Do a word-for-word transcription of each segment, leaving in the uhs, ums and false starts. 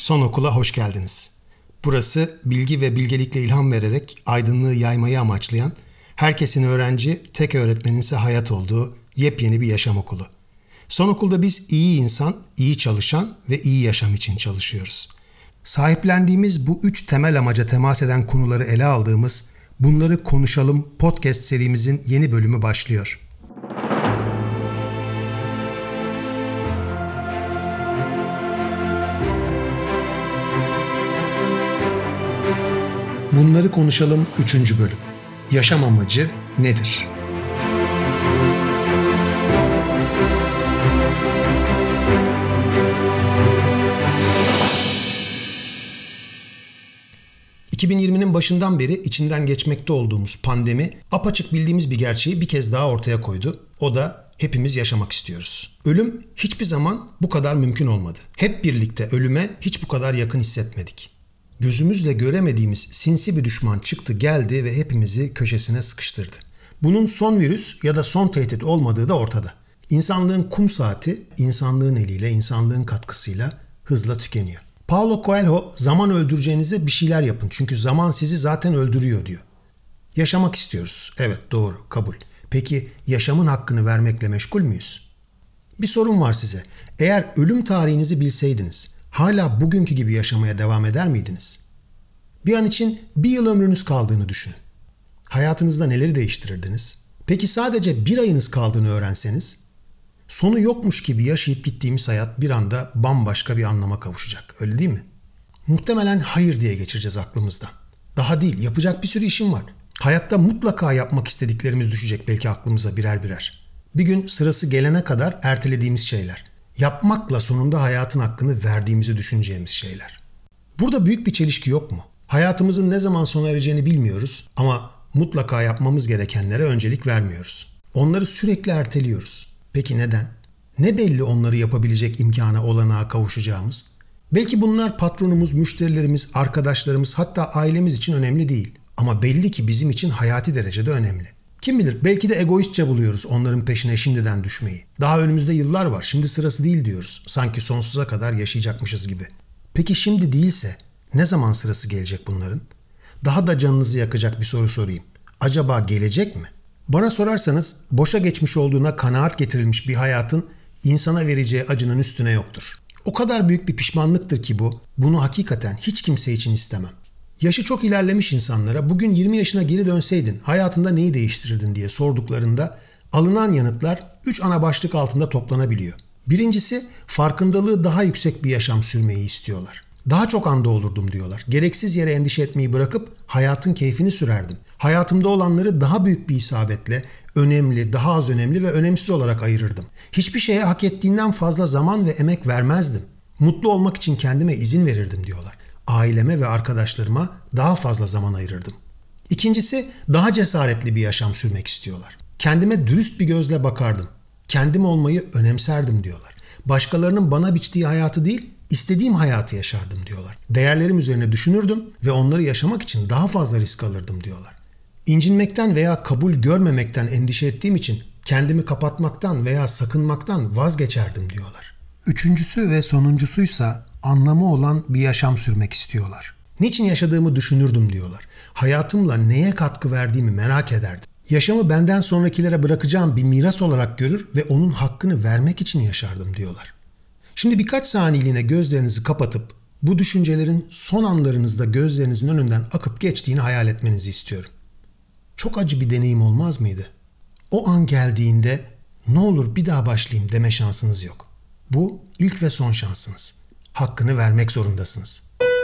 Son Okula hoş geldiniz. Burası bilgi ve bilgelikle ilham vererek aydınlığı yaymayı amaçlayan, herkesin öğrenci, tek öğretmeninse hayat olduğu yepyeni bir yaşam okulu. Son Okul'da biz iyi insan, iyi çalışan ve iyi yaşam için çalışıyoruz. Sahiplendiğimiz bu üç temel amaca temas eden konuları ele aldığımız Bunları Konuşalım podcast serimizin yeni bölümü başlıyor. Bunları Konuşalım üçüncü bölüm. Yaşam amacı nedir? iki bin yirminin başından beri içinden geçmekte olduğumuz pandemi apaçık bildiğimiz bir gerçeği bir kez daha ortaya koydu. O da hepimiz yaşamak istiyoruz. Ölüm hiçbir zaman bu kadar mümkün olmadı. Hep birlikte ölüme hiç bu kadar yakın hissetmedik. Gözümüzle göremediğimiz sinsi bir düşman çıktı geldi ve hepimizi köşesine sıkıştırdı. Bunun son virüs ya da son tehdit olmadığı da ortada. İnsanlığın kum saati insanlığın eliyle, insanlığın katkısıyla hızla tükeniyor. Paulo Coelho zaman öldüreceğinize bir şeyler yapın çünkü zaman sizi zaten öldürüyor diyor. Yaşamak istiyoruz. Evet, doğru, kabul. Peki yaşamın hakkını vermekle meşgul müyüz? Bir sorun var size. Eğer ölüm tarihinizi bilseydiniz hala bugünkü gibi yaşamaya devam eder miydiniz? Bir an için bir yıl ömrünüz kaldığını düşünün. Hayatınızda neleri değiştirirdiniz? Peki sadece bir ayınız kaldığını öğrenseniz, sonu yokmuş gibi yaşayıp gittiğimiz hayat bir anda bambaşka bir anlama kavuşacak. Öyle değil mi? Muhtemelen hayır diye geçireceğiz aklımızdan. Daha değil, yapacak bir sürü işim var. Hayatta mutlaka yapmak istediklerimiz düşecek belki aklımıza birer birer. Bir gün sırası gelene kadar ertelediğimiz şeyler. Yapmakla sonunda hayatın hakkını verdiğimizi düşüneceğimiz şeyler. Burada büyük bir çelişki yok mu? Hayatımızın ne zaman sona ereceğini bilmiyoruz ama mutlaka yapmamız gerekenlere öncelik vermiyoruz. Onları sürekli erteliyoruz. Peki neden? Ne belli onları yapabilecek imkana, olanağa kavuşacağımız? Belki bunlar patronumuz, müşterilerimiz, arkadaşlarımız, hatta ailemiz için önemli değil. Ama belli ki bizim için hayati derecede önemli. Kim bilir, belki de egoistçe buluyoruz onların peşine şimdiden düşmeyi. Daha önümüzde yıllar var, şimdi sırası değil diyoruz. Sanki sonsuza kadar yaşayacakmışız gibi. Peki şimdi değilse ne zaman sırası gelecek bunların? Daha da canınızı yakacak bir soru sorayım. Acaba gelecek mi? Bana sorarsanız boşa geçmiş olduğuna kanaat getirilmiş bir hayatın insana vereceği acının üstüne yoktur. O kadar büyük bir pişmanlıktır ki bu, bunu hakikaten hiç kimse için istemem. Yaşı çok ilerlemiş insanlara bugün yirmi yaşına geri dönseydin hayatında neyi değiştirirdin diye sorduklarında alınan yanıtlar üç ana başlık altında toplanabiliyor. Birincisi, farkındalığı daha yüksek bir yaşam sürmeyi istiyorlar. Daha çok anda olurdum diyorlar. Gereksiz yere endişe etmeyi bırakıp hayatın keyfini sürerdim. Hayatımda olanları daha büyük bir isabetle önemli, daha az önemli ve önemsiz olarak ayırırdım. Hiçbir şeye hak ettiğinden fazla zaman ve emek vermezdim. Mutlu olmak için kendime izin verirdim diyorlar. Aileme ve arkadaşlarıma daha fazla zaman ayırırdım. İkincisi, daha cesaretli bir yaşam sürmek istiyorlar. Kendime dürüst bir gözle bakardım. Kendim olmayı önemserdim diyorlar. Başkalarının bana biçtiği hayatı değil, İstediğim hayatı yaşardım diyorlar. Değerlerim üzerine düşünürdüm ve onları yaşamak için daha fazla risk alırdım diyorlar. İncinmekten veya kabul görmemekten endişe ettiğim için kendimi kapatmaktan veya sakınmaktan vazgeçerdim diyorlar. Üçüncüsü ve sonuncusuysa anlamı olan bir yaşam sürmek istiyorlar. Niçin yaşadığımı düşünürdüm diyorlar. Hayatımla neye katkı verdiğimi merak ederdim. Yaşamı benden sonrakilere bırakacağım bir miras olarak görür ve onun hakkını vermek için yaşardım diyorlar. Şimdi birkaç saniyeliğine gözlerinizi kapatıp bu düşüncelerin son anlarınızda gözlerinizin önünden akıp geçtiğini hayal etmenizi istiyorum. Çok acı bir deneyim olmaz mıydı? O an geldiğinde ne olur bir daha başlayayım deme şansınız yok. Bu ilk ve son şansınız. Hakkını vermek zorundasınız.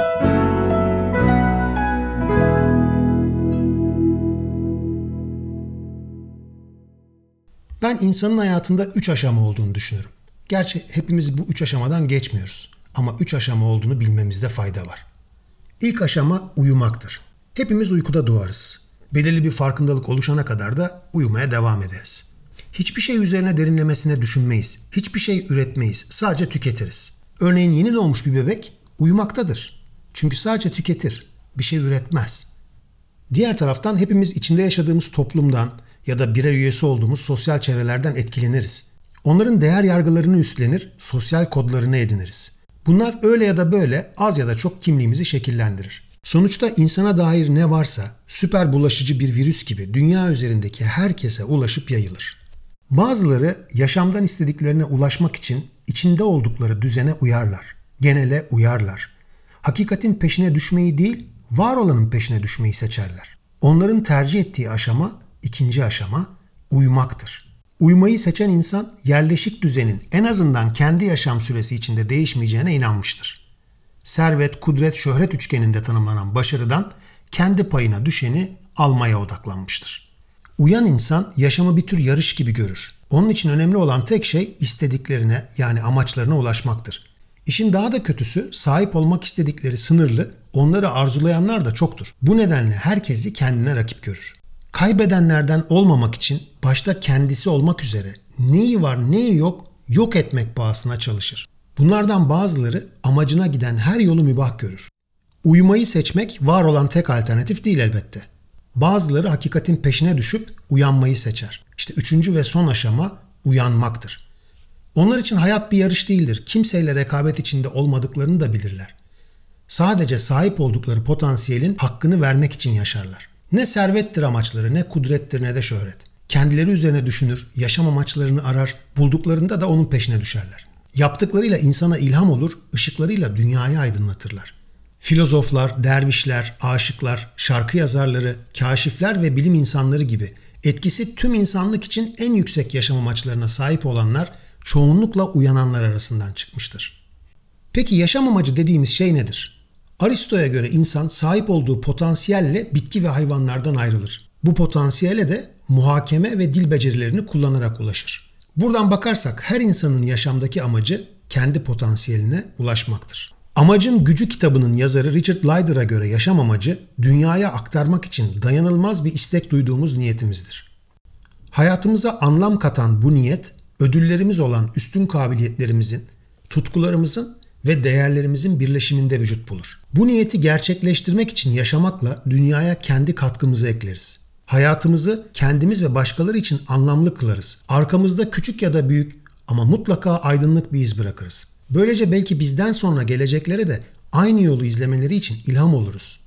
Ben insanın hayatında üç aşama olduğunu düşünüyorum. Gerçi hepimiz bu üç aşamadan geçmiyoruz. Ama üç aşama olduğunu bilmemizde fayda var. İlk aşama uyumaktır. Hepimiz uykuda doğarız. Belirli bir farkındalık oluşana kadar da uyumaya devam ederiz. Hiçbir şey üzerine derinlemesine düşünmeyiz. Hiçbir şey üretmeyiz. Sadece tüketiriz. Örneğin yeni doğmuş bir bebek uyumaktadır. Çünkü sadece tüketir. Bir şey üretmez. Diğer taraftan hepimiz içinde yaşadığımız toplumdan ya da birey üyesi olduğumuz sosyal çevrelerden etkileniriz. Onların değer yargılarını üstlenir, sosyal kodlarını ediniriz. Bunlar öyle ya da böyle az ya da çok kimliğimizi şekillendirir. Sonuçta insana dair ne varsa süper bulaşıcı bir virüs gibi dünya üzerindeki herkese ulaşıp yayılır. Bazıları yaşamdan istediklerine ulaşmak için içinde oldukları düzene uyarlar, genele uyarlar. Hakikatin peşine düşmeyi değil, var olanın peşine düşmeyi seçerler. Onların tercih ettiği aşama, ikinci aşama, uymaktır. Uymayı seçen insan yerleşik düzenin en azından kendi yaşam süresi içinde değişmeyeceğine inanmıştır. Servet, kudret, şöhret üçgeninde tanımlanan başarıdan kendi payına düşeni almaya odaklanmıştır. Uyan insan yaşamı bir tür yarış gibi görür. Onun için önemli olan tek şey istediklerine yani amaçlarına ulaşmaktır. İşin daha da kötüsü sahip olmak istedikleri sınırlı, onları arzulayanlar da çoktur. Bu nedenle herkesi kendine rakip görür. Kaybedenlerden olmamak için başta kendisi olmak üzere neyi var neyi yok yok etmek pahasına çalışır. Bunlardan bazıları amacına giden her yolu mübah görür. Uyumayı seçmek var olan tek alternatif değil elbette. Bazıları hakikatin peşine düşüp uyanmayı seçer. İşte üçüncü ve son aşama uyanmaktır. Onlar için hayat bir yarış değildir. Kimseyle rekabet içinde olmadıklarını da bilirler. Sadece sahip oldukları potansiyelin hakkını vermek için yaşarlar. Ne servettir amaçları, ne kudrettir, ne de şöhret. Kendileri üzerine düşünür, yaşam amaçlarını arar, bulduklarında da onun peşine düşerler. Yaptıklarıyla insana ilham olur, ışıklarıyla dünyayı aydınlatırlar. Filozoflar, dervişler, aşıklar, şarkı yazarları, kâşifler ve bilim insanları gibi etkisi tüm insanlık için en yüksek yaşam amaçlarına sahip olanlar çoğunlukla uyananlar arasından çıkmıştır. Peki yaşam amacı dediğimiz şey nedir? Aristo'ya göre insan sahip olduğu potansiyelle bitki ve hayvanlardan ayrılır. Bu potansiyele de muhakeme ve dil becerilerini kullanarak ulaşır. Buradan bakarsak her insanın yaşamdaki amacı kendi potansiyeline ulaşmaktır. Amacın Gücü kitabının yazarı Richard Leider'a göre yaşam amacı dünyaya aktarmak için dayanılmaz bir istek duyduğumuz niyetimizdir. Hayatımıza anlam katan bu niyet, ödüllerimiz olan üstün kabiliyetlerimizin, tutkularımızın ve değerlerimizin birleşiminde vücut bulur. Bu niyeti gerçekleştirmek için yaşamakla dünyaya kendi katkımızı ekleriz. Hayatımızı kendimiz ve başkaları için anlamlı kılarız. Arkamızda küçük ya da büyük ama mutlaka aydınlık bir iz bırakırız. Böylece belki bizden sonra geleceklere de aynı yolu izlemeleri için ilham oluruz.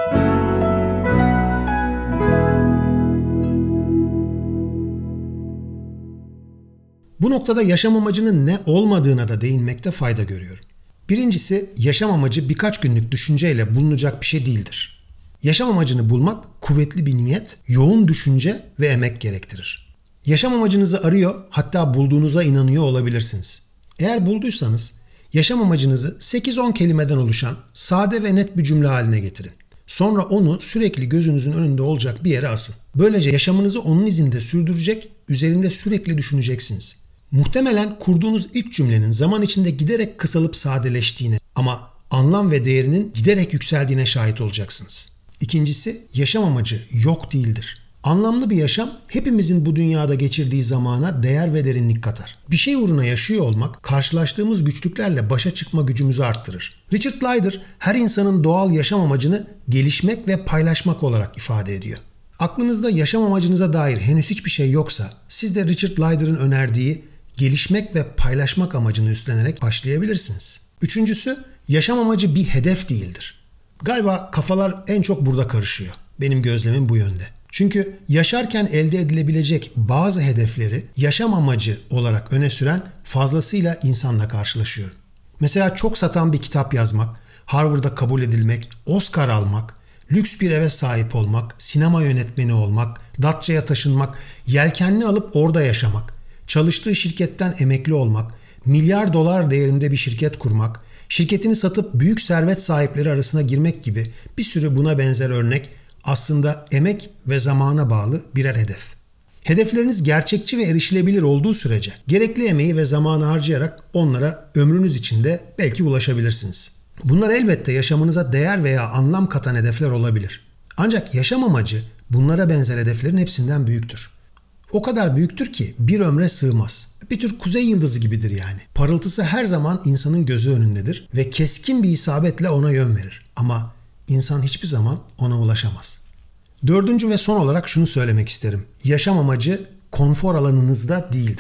Bu noktada yaşam amacının ne olmadığına da değinmekte fayda görüyorum. Birincisi, yaşam amacı birkaç günlük düşünceyle bulunacak bir şey değildir. Yaşam amacını bulmak kuvvetli bir niyet, yoğun düşünce ve emek gerektirir. Yaşam amacınızı arıyor, hatta bulduğunuza inanıyor olabilirsiniz. Eğer bulduysanız, yaşam amacınızı sekiz on kelimeden oluşan sade ve net bir cümle haline getirin. Sonra onu sürekli gözünüzün önünde olacak bir yere asın. Böylece yaşamınızı onun izinde sürdürecek, üzerinde sürekli düşüneceksiniz. Muhtemelen kurduğunuz ilk cümlenin zaman içinde giderek kısalıp sadeleştiğine ama anlam ve değerinin giderek yükseldiğine şahit olacaksınız. İkincisi, yaşam amacı yok değildir. Anlamlı bir yaşam hepimizin bu dünyada geçirdiği zamana değer ve derinlik katar. Bir şey uğruna yaşıyor olmak karşılaştığımız güçlüklerle başa çıkma gücümüzü arttırır. Richard Leider her insanın doğal yaşam amacını gelişmek ve paylaşmak olarak ifade ediyor. Aklınızda yaşam amacınıza dair henüz hiçbir şey yoksa siz de Richard Leider'ın önerdiği gelişmek ve paylaşmak amacını üstlenerek başlayabilirsiniz. Üçüncüsü, yaşam amacı bir hedef değildir. Galiba kafalar en çok burada karışıyor. Benim gözlemim bu yönde. Çünkü yaşarken elde edilebilecek bazı hedefleri yaşam amacı olarak öne süren fazlasıyla insanla karşılaşıyorum. Mesela çok satan bir kitap yazmak, Harvard'a kabul edilmek, Oscar almak, lüks bir eve sahip olmak, sinema yönetmeni olmak, Datça'ya taşınmak, yelkenli alıp orada yaşamak, çalıştığı şirketten emekli olmak, milyar dolar değerinde bir şirket kurmak, şirketini satıp büyük servet sahipleri arasına girmek gibi bir sürü buna benzer örnek aslında emek ve zamana bağlı birer hedef. Hedefleriniz gerçekçi ve erişilebilir olduğu sürece gerekli emeği ve zamanı harcayarak onlara ömrünüz içinde belki ulaşabilirsiniz. Bunlar elbette yaşamınıza değer veya anlam katan hedefler olabilir. Ancak yaşam amacı bunlara benzer hedeflerin hepsinden büyüktür. O kadar büyüktür ki bir ömre sığmaz. Bir tür kuzey yıldızı gibidir yani. Parıltısı her zaman insanın gözü önündedir ve keskin bir isabetle ona yön verir. Ama insan hiçbir zaman ona ulaşamaz. Dördüncü ve son olarak şunu söylemek isterim. Yaşam amacı konfor alanınızda değildir.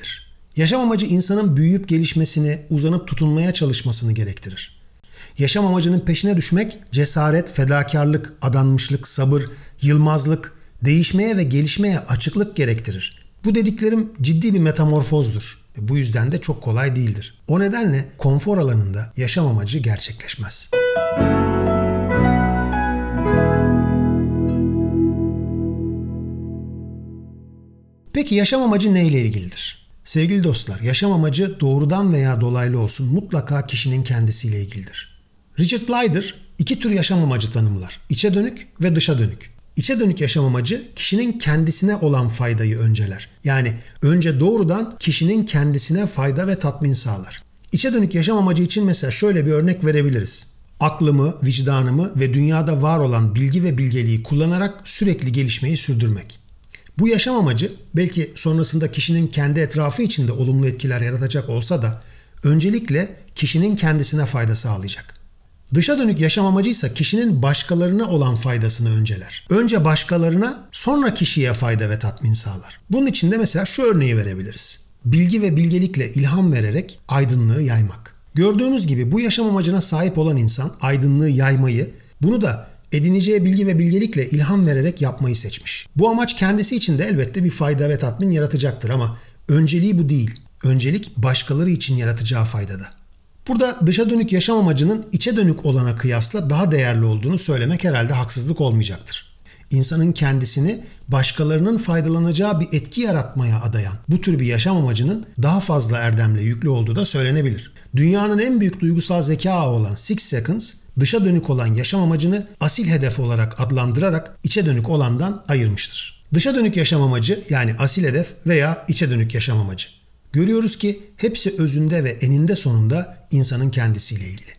Yaşam amacı insanın büyüyüp gelişmesini, uzanıp tutunmaya çalışmasını gerektirir. Yaşam amacının peşine düşmek cesaret, fedakarlık, adanmışlık, sabır, yılmazlık, değişmeye ve gelişmeye açıklık gerektirir. Bu dediklerim ciddi bir metamorfozdur. Bu yüzden de çok kolay değildir. O nedenle konfor alanında yaşam amacı gerçekleşmez. Peki yaşam amacı neyle ilgilidir? Sevgili dostlar, yaşam amacı doğrudan veya dolaylı olsun mutlaka kişinin kendisiyle ilgilidir. Richard Leider iki tür yaşam amacı tanımlar. İçe dönük ve dışa dönük. İçe dönük yaşam amacı kişinin kendisine olan faydayı önceler. Yani önce doğrudan kişinin kendisine fayda ve tatmin sağlar. İçe dönük yaşam amacı için mesela şöyle bir örnek verebiliriz. Aklımı, vicdanımı ve dünyada var olan bilgi ve bilgeliği kullanarak sürekli gelişmeyi sürdürmek. Bu yaşam amacı belki sonrasında kişinin kendi etrafı içinde olumlu etkiler yaratacak olsa da öncelikle kişinin kendisine fayda sağlayacak. Dışa dönük yaşam amacıysa kişinin başkalarına olan faydasını önceler. Önce başkalarına, sonra kişiye fayda ve tatmin sağlar. Bunun için de mesela şu örneği verebiliriz. Bilgi ve bilgelikle ilham vererek aydınlığı yaymak. Gördüğünüz gibi bu yaşam amacına sahip olan insan aydınlığı yaymayı, bunu da edineceği bilgi ve bilgelikle ilham vererek yapmayı seçmiş. Bu amaç kendisi için de elbette bir fayda ve tatmin yaratacaktır ama önceliği bu değil. Öncelik başkaları için yaratacağı faydada. Burada dışa dönük yaşam amacının içe dönük olana kıyasla daha değerli olduğunu söylemek herhalde haksızlık olmayacaktır. İnsanın kendisini başkalarının faydalanacağı bir etki yaratmaya adayan bu tür bir yaşam amacının daha fazla erdemle yüklü olduğu da söylenebilir. Dünyanın en büyük duygusal zeka ağı olan Six Seconds, dışa dönük olan yaşam amacını asil hedef olarak adlandırarak içe dönük olandan ayırmıştır. Dışa dönük yaşam amacı yani asil hedef veya içe dönük yaşam amacı. Görüyoruz ki hepsi özünde ve eninde sonunda insanın kendisiyle ilgili.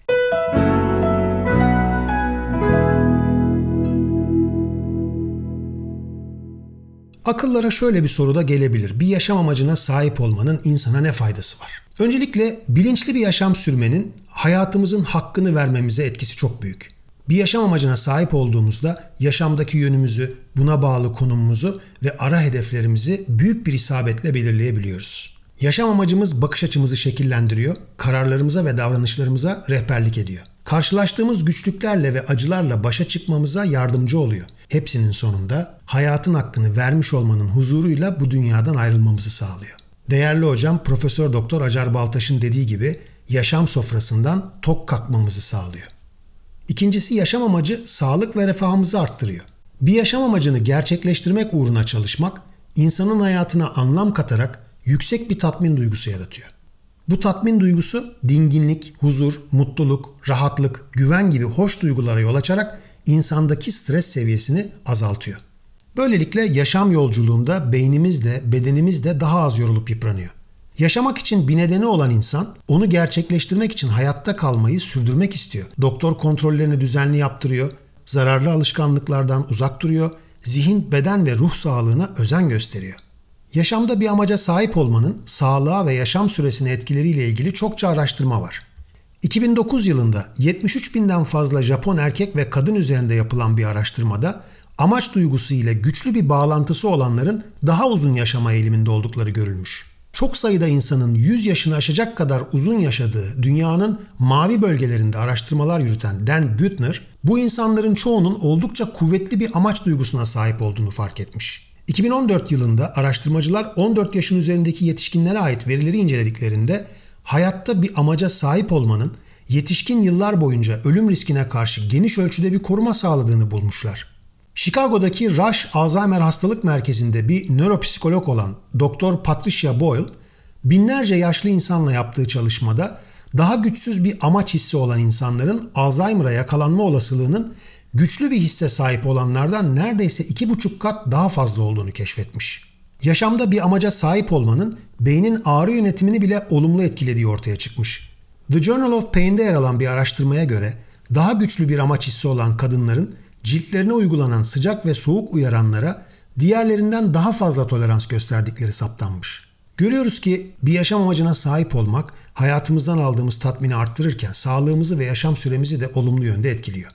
Akıllara şöyle bir soru da gelebilir. Bir yaşam amacına sahip olmanın insana ne faydası var? Öncelikle bilinçli bir yaşam sürmenin hayatımızın hakkını vermemize etkisi çok büyük. Bir yaşam amacına sahip olduğumuzda yaşamdaki yönümüzü, buna bağlı konumumuzu ve ara hedeflerimizi büyük bir isabetle belirleyebiliyoruz. Yaşam amacımız bakış açımızı şekillendiriyor, kararlarımıza ve davranışlarımıza rehberlik ediyor. Karşılaştığımız güçlüklerle ve acılarla başa çıkmamıza yardımcı oluyor. Hepsinin sonunda hayatın hakkını vermiş olmanın huzuruyla bu dünyadan ayrılmamızı sağlıyor. Değerli hocam Profesör Doktor Acar Baltaş'ın dediği gibi yaşam sofrasından tok kalkmamızı sağlıyor. İkincisi yaşam amacı sağlık ve refahımızı arttırıyor. Bir yaşam amacını gerçekleştirmek uğruna çalışmak insanın hayatına anlam katarak yüksek bir tatmin duygusu yaratıyor. Bu tatmin duygusu dinginlik, huzur, mutluluk, rahatlık, güven gibi hoş duygulara yol açarak insandaki stres seviyesini azaltıyor. Böylelikle yaşam yolculuğunda beynimiz de bedenimiz de daha az yorulup yıpranıyor. Yaşamak için bir nedeni olan insan onu gerçekleştirmek için hayatta kalmayı sürdürmek istiyor. Doktor kontrollerini düzenli yaptırıyor, zararlı alışkanlıklardan uzak duruyor, zihin, beden ve ruh sağlığına özen gösteriyor. Yaşamda bir amaca sahip olmanın sağlığa ve yaşam süresine etkileriyle ilgili çokça araştırma var. iki bin dokuz yılında yetmiş üç binden fazla Japon erkek ve kadın üzerinde yapılan bir araştırmada amaç duygusu ile güçlü bir bağlantısı olanların daha uzun yaşama eğiliminde oldukları görülmüş. Çok sayıda insanın yüz yaşını aşacak kadar uzun yaşadığı dünyanın mavi bölgelerinde araştırmalar yürüten Dan Buettner, bu insanların çoğunun oldukça kuvvetli bir amaç duygusuna sahip olduğunu fark etmiş. iki bin on dört yılında araştırmacılar on dört yaşın üzerindeki yetişkinlere ait verileri incelediklerinde hayatta bir amaca sahip olmanın yetişkin yıllar boyunca ölüm riskine karşı geniş ölçüde bir koruma sağladığını bulmuşlar. Chicago'daki Rush Alzheimer Hastalık Merkezi'nde bir nöropsikolog olan Doktor Patricia Boyle, binlerce yaşlı insanla yaptığı çalışmada daha güçsüz bir amaç hissi olan insanların Alzheimer'a yakalanma olasılığının güçlü bir hisse sahip olanlardan neredeyse iki buçuk kat daha fazla olduğunu keşfetmiş. Yaşamda bir amaca sahip olmanın beynin ağrı yönetimini bile olumlu etkilediği ortaya çıkmış. The Journal of Pain'de yer alan bir araştırmaya göre daha güçlü bir amaç hissi olan kadınların ciltlerine uygulanan sıcak ve soğuk uyaranlara diğerlerinden daha fazla tolerans gösterdikleri saptanmış. Görüyoruz ki bir yaşam amacına sahip olmak hayatımızdan aldığımız tatmini arttırırken sağlığımızı ve yaşam süremizi de olumlu yönde etkiliyor.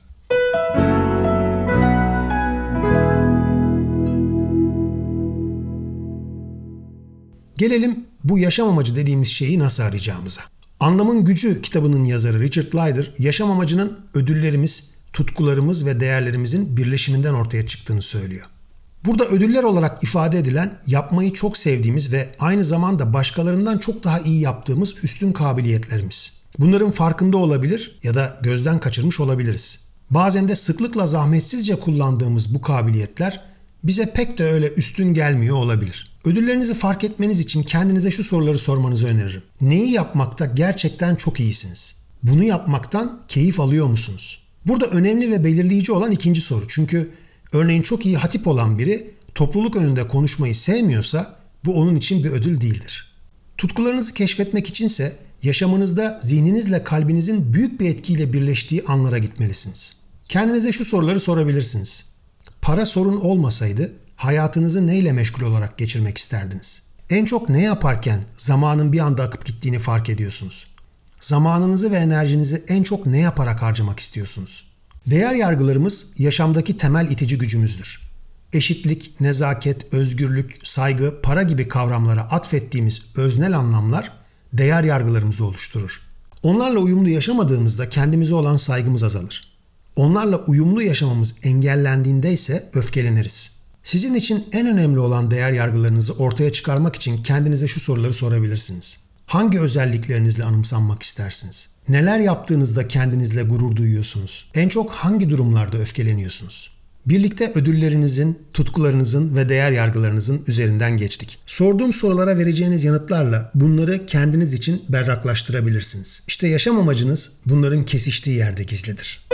Gelelim bu yaşam amacı dediğimiz şeyi nasıl arayacağımıza. Anlamın Gücü kitabının yazarı Richard Leider, yaşam amacının ödüllerimiz, tutkularımız ve değerlerimizin birleşiminden ortaya çıktığını söylüyor. Burada ödüller olarak ifade edilen yapmayı çok sevdiğimiz ve aynı zamanda başkalarından çok daha iyi yaptığımız üstün kabiliyetlerimiz. Bunların farkında olabilir ya da gözden kaçırmış olabiliriz. Bazen de sıklıkla zahmetsizce kullandığımız bu kabiliyetler bize pek de öyle üstün gelmiyor olabilir. Ödüllerinizi fark etmeniz için kendinize şu soruları sormanızı öneririm. Neyi yapmakta gerçekten çok iyisiniz? Bunu yapmaktan keyif alıyor musunuz? Burada önemli ve belirleyici olan ikinci soru. Çünkü örneğin çok iyi hatip olan biri topluluk önünde konuşmayı sevmiyorsa bu onun için bir ödül değildir. Tutkularınızı keşfetmek içinse yaşamınızda zihninizle kalbinizin büyük bir etkiyle birleştiği anlara gitmelisiniz. Kendinize şu soruları sorabilirsiniz. Para sorun olmasaydı hayatınızı neyle meşgul olarak geçirmek isterdiniz? En çok ne yaparken zamanın bir anda akıp gittiğini fark ediyorsunuz? Zamanınızı ve enerjinizi en çok ne yaparak harcamak istiyorsunuz? Değer yargılarımız yaşamdaki temel itici gücümüzdür. Eşitlik, nezaket, özgürlük, saygı, para gibi kavramlara atfettiğimiz öznel anlamlar değer yargılarımızı oluşturur. Onlarla uyumlu yaşamadığımızda kendimize olan saygımız azalır. Onlarla uyumlu yaşamamız engellendiğinde ise öfkeleniriz. Sizin için en önemli olan değer yargılarınızı ortaya çıkarmak için kendinize şu soruları sorabilirsiniz. Hangi özelliklerinizle anımsanmak istersiniz? Neler yaptığınızda kendinizle gurur duyuyorsunuz? En çok hangi durumlarda öfkeleniyorsunuz? Birlikte ödüllerinizin, tutkularınızın ve değer yargılarınızın üzerinden geçtik. Sorduğum sorulara vereceğiniz yanıtlarla bunları kendiniz için berraklaştırabilirsiniz. İşte yaşam amacınız bunların kesiştiği yerde gizlidir.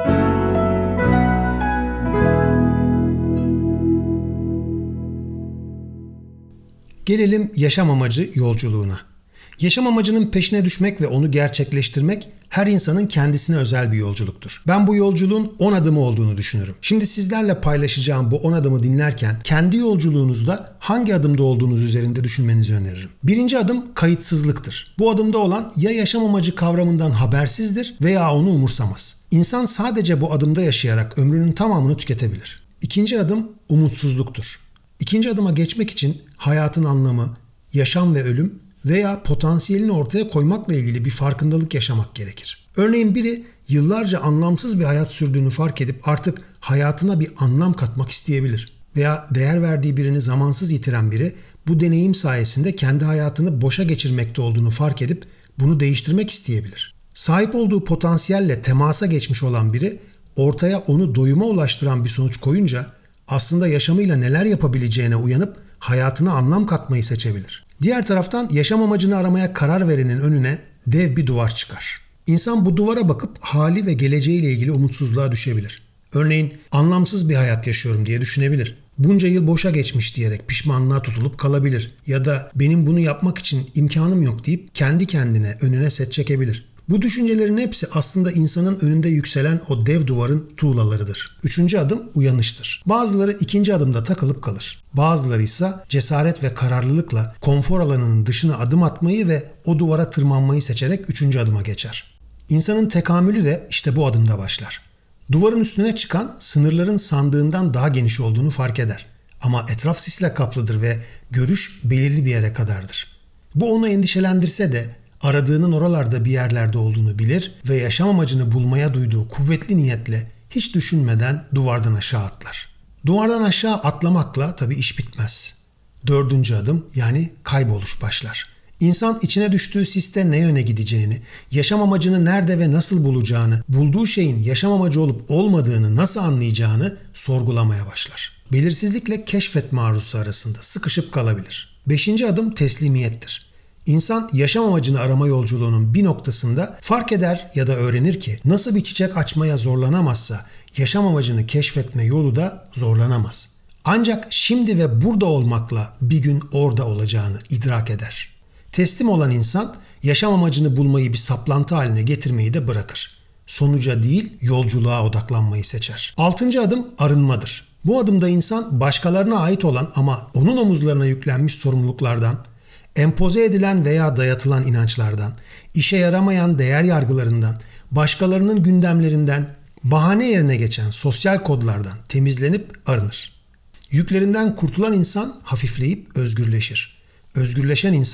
Gelelim yaşam amacı yolculuğuna. Yaşam amacının peşine düşmek ve onu gerçekleştirmek her insanın kendisine özel bir yolculuktur. Ben bu yolculuğun on adımı olduğunu düşünürüm. Şimdi sizlerle paylaşacağım bu on adımı dinlerken kendi yolculuğunuzda hangi adımda olduğunuz üzerinde düşünmenizi öneririm. Birinci adım kayıtsızlıktır. Bu adımda olan ya yaşam amacı kavramından habersizdir veya onu umursamaz. İnsan sadece bu adımda yaşayarak ömrünün tamamını tüketebilir. İkinci adım umutsuzluktur. İkinci adıma geçmek için hayatın anlamı, yaşam ve ölüm veya potansiyelini ortaya koymakla ilgili bir farkındalık yaşamak gerekir. Örneğin biri yıllarca anlamsız bir hayat sürdüğünü fark edip artık hayatına bir anlam katmak isteyebilir. Veya değer verdiği birini zamansız yitiren biri bu deneyim sayesinde kendi hayatını boşa geçirmekte olduğunu fark edip bunu değiştirmek isteyebilir. Sahip olduğu potansiyelle temasa geçmiş olan biri ortaya onu doyuma ulaştıran bir sonuç koyunca aslında yaşamıyla neler yapabileceğine uyanıp hayatına anlam katmayı seçebilir. Diğer taraftan yaşam amacını aramaya karar verenin önüne dev bir duvar çıkar. İnsan bu duvara bakıp hali ve geleceğiyle ilgili umutsuzluğa düşebilir. Örneğin anlamsız bir hayat yaşıyorum diye düşünebilir. Bunca yıl boşa geçmiş diyerek pişmanlığa tutulup kalabilir. Ya da benim bunu yapmak için imkanım yok deyip kendi kendine önüne set çekebilir. Bu düşüncelerin hepsi aslında insanın önünde yükselen o dev duvarın tuğlalarıdır. Üçüncü adım uyanıştır. Bazıları ikinci adımda takılıp kalır. Bazıları ise cesaret ve kararlılıkla konfor alanının dışına adım atmayı ve o duvara tırmanmayı seçerek üçüncü adıma geçer. İnsanın tekamülü de işte bu adımda başlar. Duvarın üstüne çıkan sınırların sandığından daha geniş olduğunu fark eder. Ama etraf sisle kaplıdır ve görüş belirli bir yere kadardır. Bu onu endişelendirse de aradığının oralarda bir yerlerde olduğunu bilir ve yaşam amacını bulmaya duyduğu kuvvetli niyetle hiç düşünmeden duvardan aşağı atlar. Duvardan aşağı atlamakla tabii iş bitmez. Dördüncü adım yani kayboluş başlar. İnsan içine düştüğü siste ne yöne gideceğini, yaşam amacını nerede ve nasıl bulacağını, bulduğu şeyin yaşam amacı olup olmadığını nasıl anlayacağını sorgulamaya başlar. Belirsizlikle keşfetme arzusu arasında sıkışıp kalabilir. Beşinci adım teslimiyettir. İnsan yaşam amacını arama yolculuğunun bir noktasında fark eder ya da öğrenir ki nasıl bir çiçek açmaya zorlanamazsa yaşam amacını keşfetme yolu da zorlanamaz. Ancak şimdi ve burada olmakla bir gün orada olacağını idrak eder. Teslim olan insan yaşam amacını bulmayı bir saplantı haline getirmeyi de bırakır. Sonuca değil yolculuğa odaklanmayı seçer. Altıncı adım arınmadır. Bu adımda insan başkalarına ait olan ama onun omuzlarına yüklenmiş sorumluluklardan, empoze edilen veya dayatılan inançlardan, işe yaramayan değer yargılarından, başkalarının gündemlerinden, bahane yerine geçen sosyal kodlardan temizlenip arınır. Yüklerinden kurtulan insan hafifleyip özgürleşir. Özgürleşen insan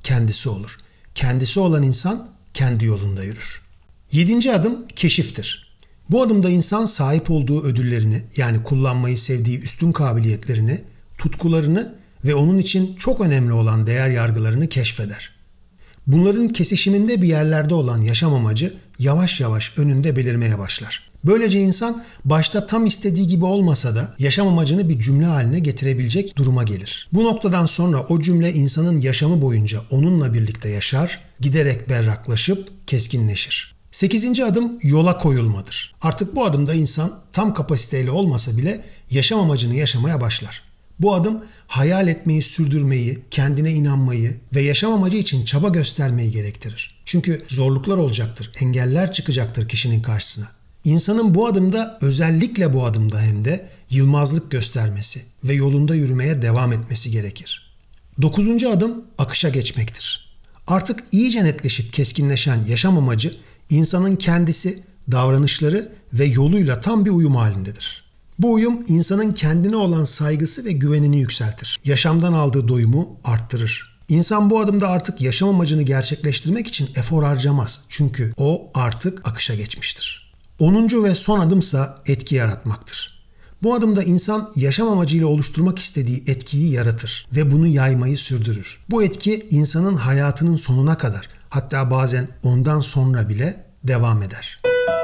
kendisi olur. Kendisi olan insan kendi yolunda yürür. Yedinci adım keşiftir. Bu adımda insan sahip olduğu ödüllerini, yani kullanmayı sevdiği üstün kabiliyetlerini, tutkularını ve onun için çok önemli olan değer yargılarını keşfeder. Bunların kesişiminde bir yerlerde olan yaşam amacı yavaş yavaş önünde belirmeye başlar. Böylece insan başta tam istediği gibi olmasa da yaşam amacını bir cümle haline getirebilecek duruma gelir. Bu noktadan sonra o cümle insanın yaşamı boyunca onunla birlikte yaşar, giderek berraklaşıp keskinleşir. Sekizinci adım yola koyulmadır. Artık bu adımda insan tam kapasiteyle olmasa bile yaşam amacını yaşamaya başlar. Bu adım hayal etmeyi sürdürmeyi, kendine inanmayı ve yaşam amacı için çaba göstermeyi gerektirir. Çünkü zorluklar olacaktır, engeller çıkacaktır kişinin karşısına. İnsanın bu adımda, özellikle bu adımda hem de yılmazlık göstermesi ve yolunda yürümeye devam etmesi gerekir. Dokuzuncu adım akışa geçmektir. Artık iyice netleşip keskinleşen yaşam amacı insanın kendisi, davranışları ve yoluyla tam bir uyum halindedir. Bu uyum insanın kendine olan saygısı ve güvenini yükseltir. Yaşamdan aldığı doyumu arttırır. İnsan bu adımda artık yaşam amacını gerçekleştirmek için efor harcamaz. Çünkü o artık akışa geçmiştir. Onuncu ve son adımsa etki yaratmaktır. Bu adımda insan yaşam amacıyla oluşturmak istediği etkiyi yaratır ve bunu yaymayı sürdürür. Bu etki insanın hayatının sonuna kadar, hatta bazen ondan sonra bile devam eder.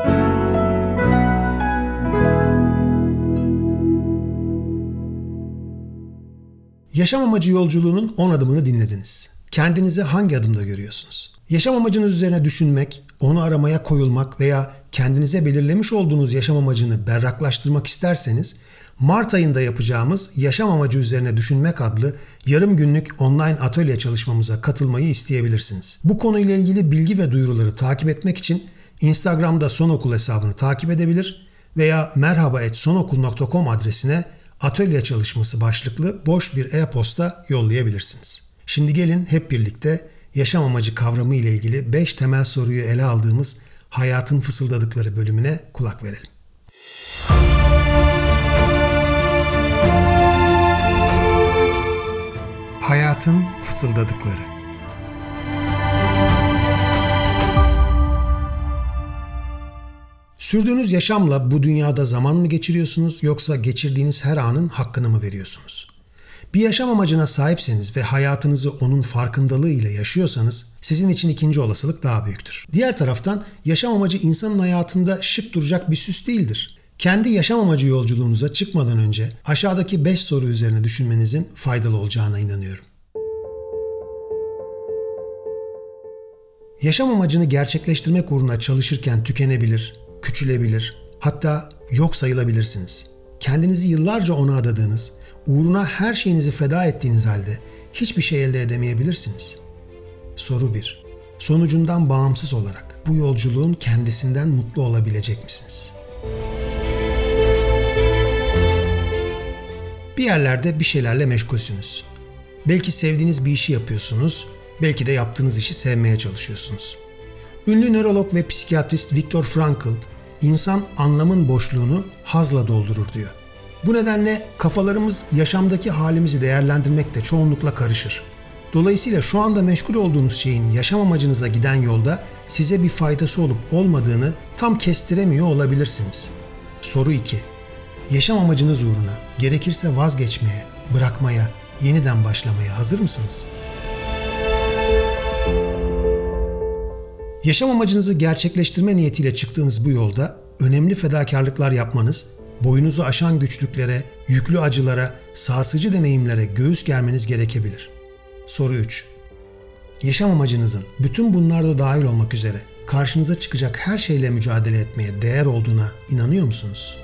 Yaşam amacı yolculuğunun on adımını dinlediniz. Kendinizi hangi adımda görüyorsunuz? Yaşam amacınız üzerine düşünmek, onu aramaya koyulmak veya kendinize belirlemiş olduğunuz yaşam amacını berraklaştırmak isterseniz, Mart ayında yapacağımız Yaşam Amacı Üzerine Düşünmek adlı yarım günlük online atölye çalışmamıza katılmayı isteyebilirsiniz. Bu konuyla ilgili bilgi ve duyuruları takip etmek için Instagram'da Sonokul hesabını takip edebilir veya merhaba et sonokul nokta com adresine atölye çalışması başlıklı boş bir e-posta yollayabilirsiniz. Şimdi gelin hep birlikte yaşam amacı kavramı ile ilgili beş temel soruyu ele aldığımız Hayatın Fısıldadıkları bölümüne kulak verelim. Hayatın Fısıldadıkları. Sürdüğünüz yaşamla bu dünyada zaman mı geçiriyorsunuz yoksa geçirdiğiniz her anın hakkını mı veriyorsunuz? Bir yaşam amacına sahipseniz ve hayatınızı onun farkındalığı ile yaşıyorsanız sizin için ikinci olasılık daha büyüktür. Diğer taraftan yaşam amacı insanın hayatında şık duracak bir süs değildir. Kendi yaşam amacı yolculuğunuza çıkmadan önce aşağıdaki beş soru üzerine düşünmenizin faydalı olacağına inanıyorum. Yaşam amacını gerçekleştirmek uğruna çalışırken tükenebilir, küçülebilir, hatta yok sayılabilirsiniz. Kendinizi yıllarca ona adadığınız, uğruna her şeyinizi feda ettiğiniz halde hiçbir şey elde edemeyebilirsiniz. Soru bir. Sonucundan bağımsız olarak bu yolculuğun kendisinden mutlu olabilecek misiniz? Bir yerlerde bir şeylerle meşgulsünüz. Belki sevdiğiniz bir işi yapıyorsunuz, belki de yaptığınız işi sevmeye çalışıyorsunuz. Ünlü nörolog ve psikiyatrist Viktor Frankl, insan anlamın boşluğunu hazla doldurur diyor. Bu nedenle kafalarımız yaşamdaki halimizi değerlendirmekte çoğunlukla karışır. Dolayısıyla şu anda meşgul olduğunuz şeyin yaşam amacınıza giden yolda size bir faydası olup olmadığını tam kestiremiyor olabilirsiniz. Soru iki. Yaşam amacınız uğruna gerekirse vazgeçmeye, bırakmaya, yeniden başlamaya hazır mısınız? Yaşam amacınızı gerçekleştirme niyetiyle çıktığınız bu yolda önemli fedakarlıklar yapmanız, boyunuzu aşan güçlüklere, yüklü acılara, sarsıcı deneyimlere göğüs germeniz gerekebilir. Soru üç. Yaşam amacınızın bütün bunlarda dahil olmak üzere karşınıza çıkacak her şeyle mücadele etmeye değer olduğuna inanıyor musunuz?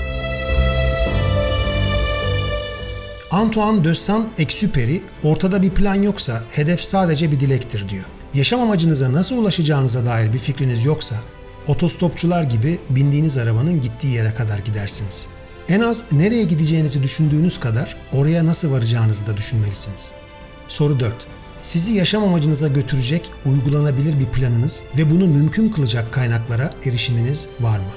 Antoine de Saint-Exupéry, ortada bir plan yoksa hedef sadece bir dilektir diyor. Yaşam amacınıza nasıl ulaşacağınıza dair bir fikriniz yoksa, otostopçular gibi bindiğiniz arabanın gittiği yere kadar gidersiniz. En az nereye gideceğinizi düşündüğünüz kadar oraya nasıl varacağınızı da düşünmelisiniz. Soru dört. Sizi yaşam amacınıza götürecek, uygulanabilir bir planınız ve bunu mümkün kılacak kaynaklara erişiminiz var mı?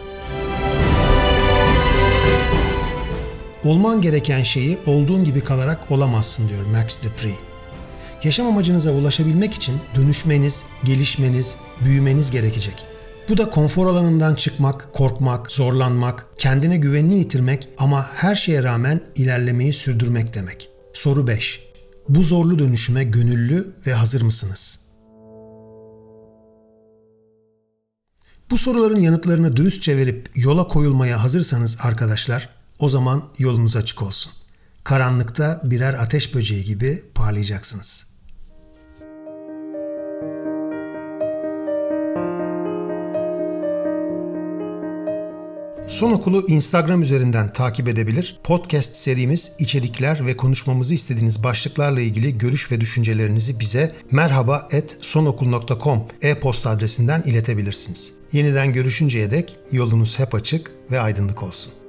Olman gereken şeyi olduğun gibi kalarak olamazsın diyor Max De Pree. Yaşam amacınıza ulaşabilmek için dönüşmeniz, gelişmeniz, büyümeniz gerekecek. Bu da konfor alanından çıkmak, korkmak, zorlanmak, kendine güvenini yitirmek ama her şeye rağmen ilerlemeyi sürdürmek demek. Soru beş. Bu zorlu dönüşüme gönüllü ve hazır mısınız? Bu soruların yanıtlarını dürüstçe verip yola koyulmaya hazırsanız arkadaşlar, o zaman yolunuz açık olsun. Karanlıkta birer ateş böceği gibi parlayacaksınız. Son Okulu Instagram üzerinden takip edebilir, podcast serimiz, içerikler ve konuşmamızı istediğiniz başlıklarla ilgili görüş ve düşüncelerinizi bize merhaba at sonokul nokta com e-posta adresinden iletebilirsiniz. Yeniden görüşünceye dek yolunuz hep açık ve aydınlık olsun.